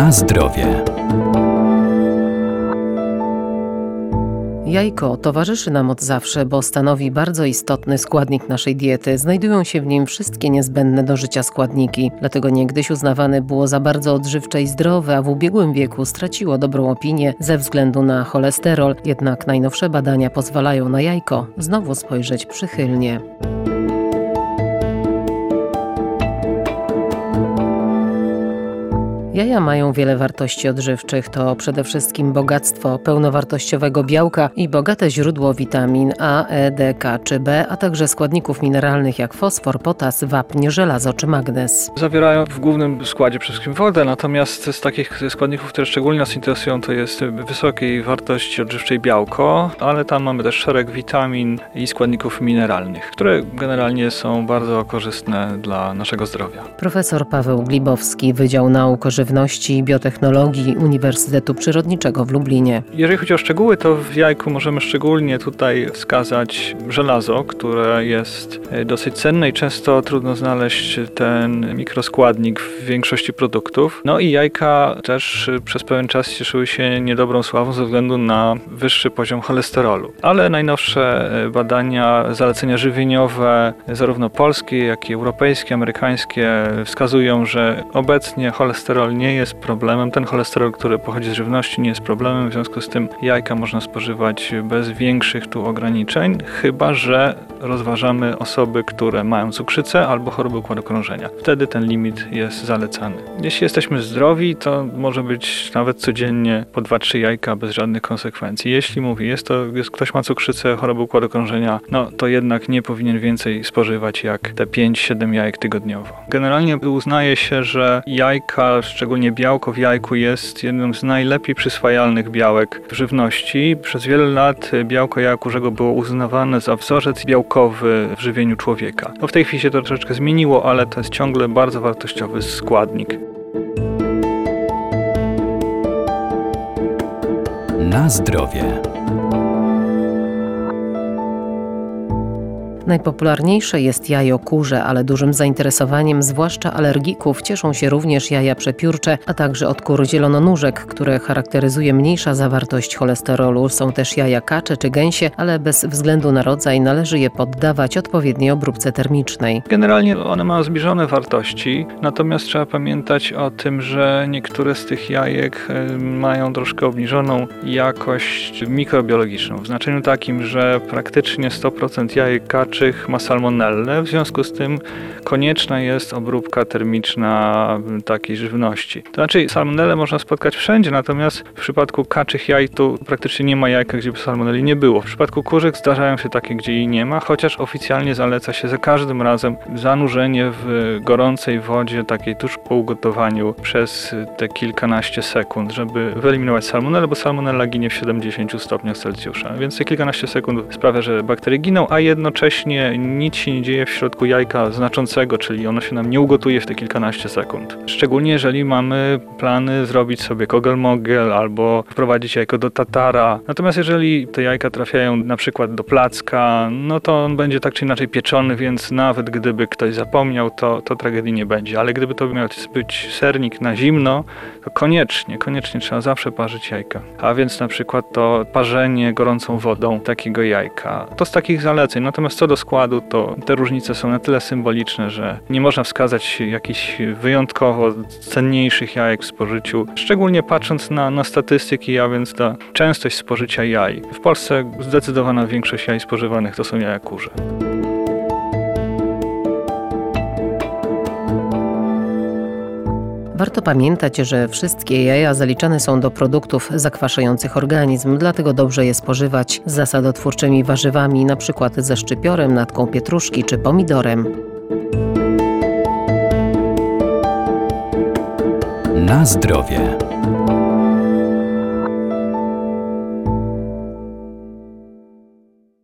Na zdrowie. Jajko towarzyszy nam od zawsze, bo stanowi bardzo istotny składnik naszej diety. Znajdują się w nim wszystkie niezbędne do życia składniki. Dlatego niegdyś uznawane było za bardzo odżywcze i zdrowe, a w ubiegłym wieku straciło dobrą opinię ze względu na cholesterol. Jednak najnowsze badania pozwalają na jajko znowu spojrzeć przychylnie. Jaja mają wiele wartości odżywczych. To przede wszystkim bogactwo pełnowartościowego białka i bogate źródło witamin A, E, D, K czy B, a także składników mineralnych jak fosfor, potas, wapń, żelazo czy magnez. Zawierają w głównym składzie przede wszystkim wodę, natomiast z takich składników, które szczególnie nas interesują, to jest wysokiej wartości odżywczej białko, ale tam mamy też szereg witamin i składników mineralnych, które generalnie są bardzo korzystne dla naszego zdrowia. Profesor Paweł Glibowski, Wydział Nauk o Żywności i Biotechnologii Uniwersytetu Przyrodniczego w Lublinie. Jeżeli chodzi o szczegóły, to w jajku możemy szczególnie tutaj wskazać żelazo, które jest dosyć cenne i często trudno znaleźć ten mikroskładnik w większości produktów. No i jajka też przez pewien czas cieszyły się niedobrą sławą ze względu na wyższy poziom cholesterolu. Ale najnowsze badania, zalecenia żywieniowe, zarówno polskie, jak i europejskie, amerykańskie, wskazują, że obecnie cholesterol nie jest problemem. Ten cholesterol, który pochodzi z żywności, nie jest problemem. W związku z tym jajka można spożywać bez większych tu ograniczeń, chyba że rozważamy osoby, które mają cukrzycę albo choroby układu krążenia. Wtedy ten limit jest zalecany. Jeśli jesteśmy zdrowi, to może być nawet codziennie po 2-3 jajka bez żadnych konsekwencji. Jeśli ktoś ma cukrzycę, chorobę układu krążenia, no to jednak nie powinien więcej spożywać jak te 5-7 jajek tygodniowo. Generalnie uznaje się, że jajka, szczególnie białko w jajku, jest jednym z najlepiej przyswajalnych białek w żywności. Przez wiele lat białko jaja kurzego było uznawane za wzorzec białkowy w żywieniu człowieka. No w tej chwili się to troszeczkę zmieniło, ale to jest ciągle bardzo wartościowy składnik. Na zdrowie. Najpopularniejsze jest jajo kurze, ale dużym zainteresowaniem, zwłaszcza alergików, cieszą się również jaja przepiórcze, a także od kur zielononóżek, które charakteryzuje mniejsza zawartość cholesterolu. Są też jaja kacze czy gęsie, ale bez względu na rodzaj należy je poddawać odpowiedniej obróbce termicznej. Generalnie one mają zbliżone wartości, natomiast trzeba pamiętać o tym, że niektóre z tych jajek mają troszkę obniżoną jakość mikrobiologiczną, w znaczeniu takim, że praktycznie 100% jajek kaczych ma salmonellę, w związku z tym konieczna jest obróbka termiczna takiej żywności. To znaczy salmonellę można spotkać wszędzie, natomiast w przypadku kaczych jaj tu praktycznie nie ma jajka, gdzie by salmonelli nie było. W przypadku kurzych zdarzają się takie, gdzie jej nie ma, chociaż oficjalnie zaleca się za każdym razem zanurzenie w gorącej wodzie, takiej tuż po ugotowaniu przez te kilkanaście sekund, żeby wyeliminować salmonellę, bo salmonella ginie w 70 stopniach Celsjusza. Więc te kilkanaście sekund sprawia, że bakterie giną, a jednocześnie nic się nie dzieje w środku jajka znaczącego, czyli ono się nam nie ugotuje w te kilkanaście sekund. Szczególnie jeżeli mamy plany zrobić sobie kogel-mogel albo wprowadzić jajko do tatara. Natomiast jeżeli te jajka trafiają na przykład do placka, no to on będzie tak czy inaczej pieczony, więc nawet gdyby ktoś zapomniał, to tragedii nie będzie. Ale gdyby to miał być sernik na zimno, to koniecznie trzeba zawsze parzyć jajka. A więc na przykład to parzenie gorącą wodą takiego jajka. To z takich zaleceń. Natomiast co do składu, to te różnice są na tyle symboliczne, że nie można wskazać jakichś wyjątkowo cenniejszych jajek w spożyciu, szczególnie patrząc na statystyki, a więc na częstość spożycia jaj. W Polsce zdecydowana większość jaj spożywanych to są jaja kurze. Warto pamiętać, że wszystkie jaja zaliczane są do produktów zakwaszających organizm, dlatego dobrze je spożywać z zasadotwórczymi warzywami, np. ze szczypiorem, natką pietruszki czy pomidorem. Na zdrowie.